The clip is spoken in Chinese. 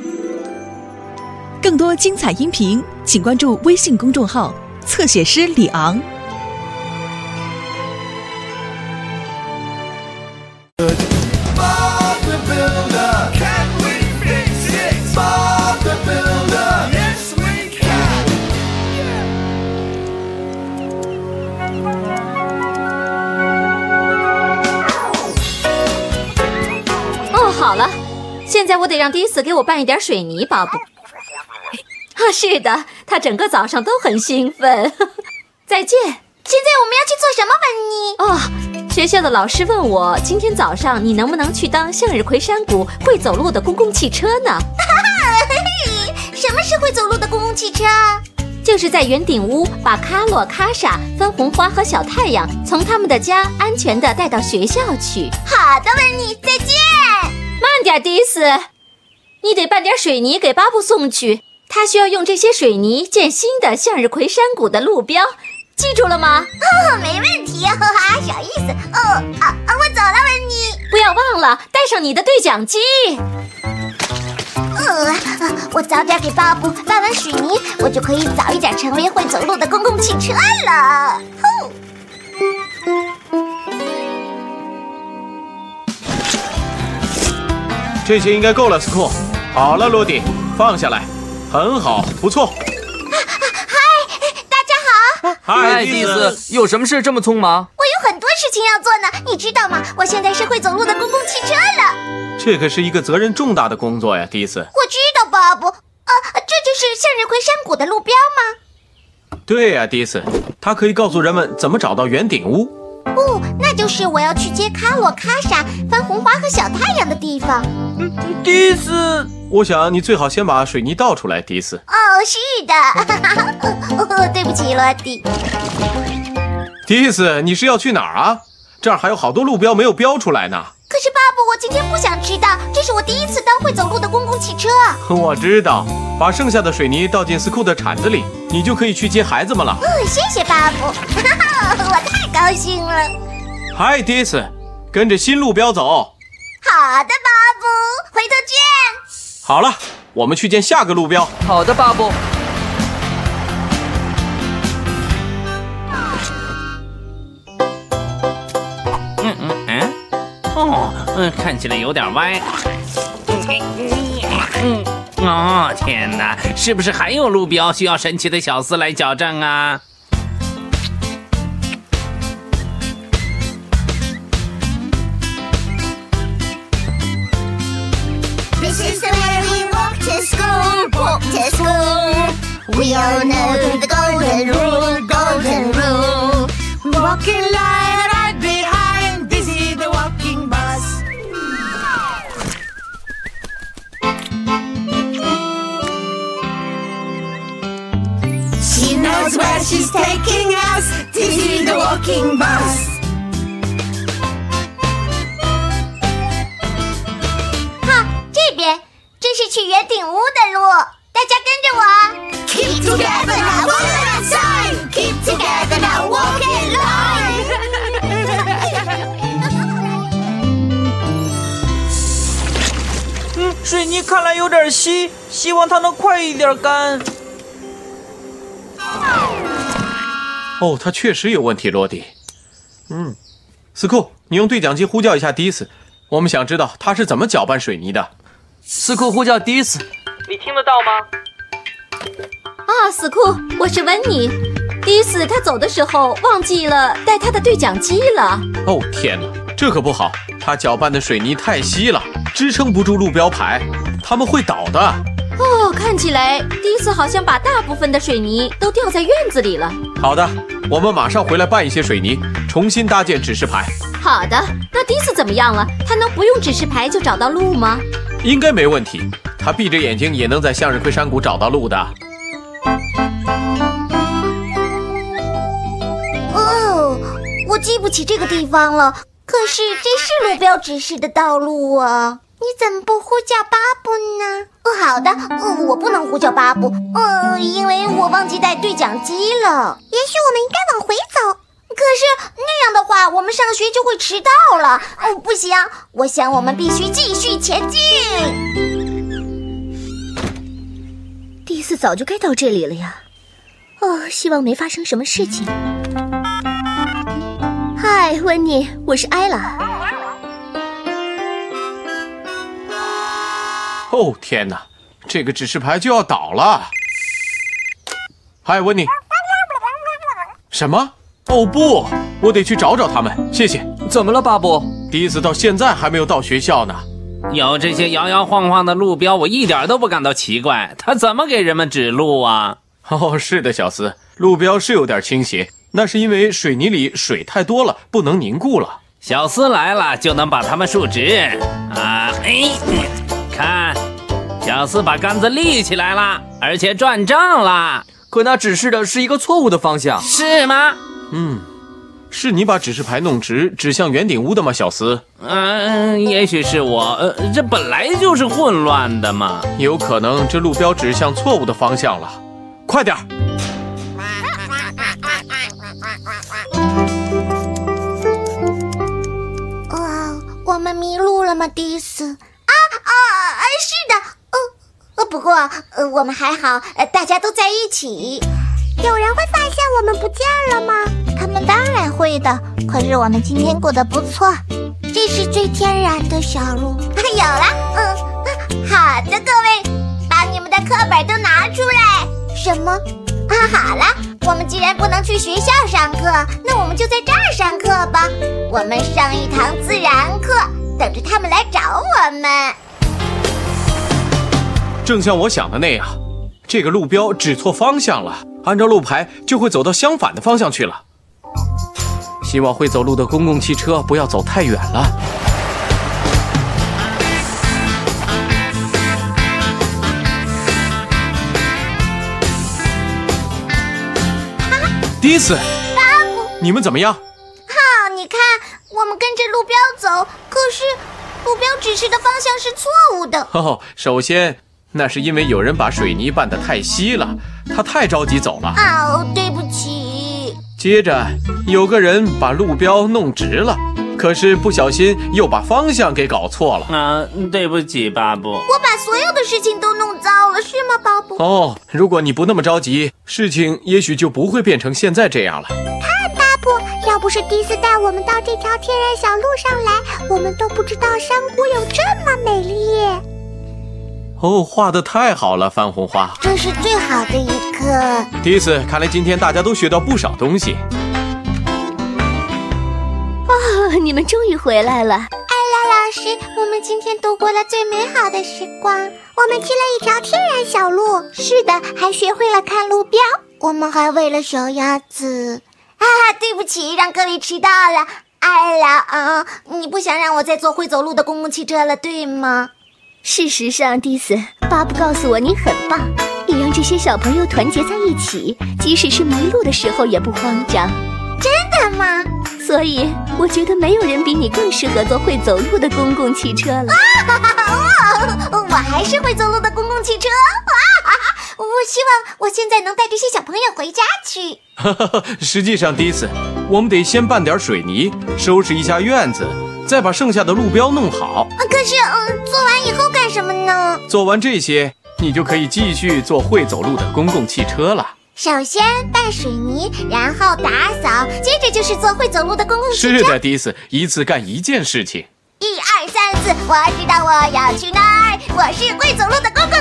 更多精彩音频，请关注微信公众号“侧写师李昂”。 哦，好了，现在我得让迪斯给我拌一点水泥，巴布。是的，他整个早上都很兴奋。再见。 现在我们要去做什么，文妮？ 学校的老师问我，今天早上你能不能去当向日葵山谷会走路的公共汽车呢？ 什么是会走路的公共汽车？ 就是在圆顶屋把卡洛、卡莎、番红花和小太阳从他们的家安全地带到学校去。 好的，文妮，再见。 慢点，迪斯，你得拌点水泥给巴布送去。他需要用这些水泥建新的向日葵山谷的路标，记住了吗？ 没问题，小意思。我走了，文妮。 不要忘了带上你的对讲机。 我早点给巴布拌完水泥，我就可以早一点成为会走路的公共汽车了。 这些应该够了，斯库。好了，罗迪，放下来。很好，不错。 嗨，大家好。 嗨，迪斯，有什么事这么匆忙？ 我有很多事情要做呢，你知道吗？我现在是会走路的公共汽车了。 这可是一个责任重大的工作呀，迪斯。 我知道，巴布。这就是向日葵山谷的路标吗？ 对呀，迪斯，它可以告诉人们怎么找到圆顶屋。 那就是我要去接卡洛、卡莎、番红花和小太阳的地方。 迪斯， 我想你最好先把水泥倒出来，迪斯。 是的。对不起，罗迪。 迪斯，你是要去哪儿啊？这儿还有好多路标没有标出来呢。 可是巴布，我今天不想知道，这是我第一次当会走路的公共汽车。 我知道，把剩下的水泥倒进斯库的铲子里，你就可以去接孩子们了。 谢谢巴布，我太高兴了。 嗨，迪斯，跟着新路标走。 好的，巴布，回头见。 好了，我们去见下个路标。 好的，巴布。 看起来有点歪。天哪，是不是还有路标需要神奇的小斯来矫正啊 ？This is the way we walk to school, walk to school. We all know the golden rule, golden rule. Walk in line right behind, this is the walking bus. She knows where she's taking us, this is the walking bus. 这边，这是去圆顶屋的路，大家跟着我。Keep together now, one at a time. Keep together now, walk in line. 水泥看来有点稀，希望它能快一点干。 它确实有问题，罗迪。斯库，你用对讲机呼叫一下迪斯，我们想知道他是怎么搅拌水泥的。 斯库呼叫迪斯，你听得到吗？ 斯库，我是温妮。迪斯他走的时候忘记了带他的对讲机了。 天哪，这可不好，他搅拌的水泥太稀了，支撑不住路标牌，他们会倒的。 看起来迪斯好像把大部分的水泥都掉在院子里了。 好的，我们马上回来拌一些水泥，重新搭建指示牌。 好的，那迪斯怎么样了？他能不用指示牌就找到路吗？ 应该没问题，他闭着眼睛也能在向日葵山谷找到路的。 我记不起这个地方了，可是这是路标指示的道路啊。你怎么不呼叫巴布呢？好的，我不能呼叫巴布，因为我忘记带对讲机了。也许我们应该往回走，可是那样的话，我们上学就会迟到了。不行，我想我们必须继续前进。 子早就该到这里了呀。哦，希望没发生什么事情。嗨，温妮，我是艾拉。 哦，天哪，这个指示牌就要倒了。嗨，温妮。什么？哦不，我得去找找他们，谢谢。 怎么了，巴布？ 第一次到现在还没有到学校呢。 有这些摇摇晃晃的路标，我一点都不感到奇怪。他怎么给人们指路啊？ 哦，是的，小斯，路标是有点倾斜，那是因为水泥里水太多了，不能凝固了。 小斯来了就能把它们竖直啊！看，小斯把杆子立起来了，而且转正了。 可那指示的是一个错误的方向， 是吗？ 是你把指示牌弄直，指向圆顶屋的吗，小斯？ 也许是我，这本来就是混乱的嘛。 有可能这路标指向错误的方向了。快点！ 我们迷路了吗，迪斯？是的。不过我们还好，大家都在一起。有人会发现我们不见了吗？他们当然会的。可是我们今天过得不错，这是最天然的小路。有了，好的，各位，把你们的课本都拿出来。什么？好了，我们既然不能去学校上课，那我们就在这儿上课吧。我们上一堂自然课，等着他们来找我们。 正像我想的那样，这个路标指错方向了，按照路牌就会走到相反的方向去了。希望会走路的公共汽车不要走太远了。第一次，你们怎么样？ 你看，我们跟着路标走，可是路标指示的方向是错误的。 首先，那是因为有人把水泥拌得太稀了，他太着急走了。 对不起。 接着，有个人把路标弄直了，可是不小心又把方向给搞错了。 对不起，巴布。 我把所有的事情都弄糟了，是吗，巴布？ 如果你不那么着急，事情也许就不会变成现在这样了。 巴布，要不是迪斯带我们到这条天然小路上来，我们都不知道山谷有这么美丽。 画得太好了，番红花， 这是最好的一刻。 迪斯，看来今天大家都学到不少东西。 你们终于回来了。艾拉老师，我们今天度过了最美好的时光。我们去了一条天然小路，是的，还学会了看路标。我们还喂了小鸭子。对不起，让各位迟到了。艾拉你不想让我再坐会走路的公共汽车了，对吗？事实上，迪斯，巴布告诉我你很棒，你让这些小朋友团结在一起，即使是迷路的时候也不慌张。真的吗？所以我觉得没有人比你更适合做会走路的公共汽车了。我还是会走路的公共汽车。我希望我现在能带这些小朋友回家去。 实际上，迪斯，我们得先拌点水泥，收拾一下院子，再把剩下的路标弄好。 可是，做完以后干什么呢？ 做完这些，你就可以继续坐会走路的公共汽车了。 首先拌水泥，然后打扫，接着就是坐会走路的公共汽车。 是的，迪斯，一次干一件事情。 1、2、3、4，我知道我要去哪儿，我是会走路的公共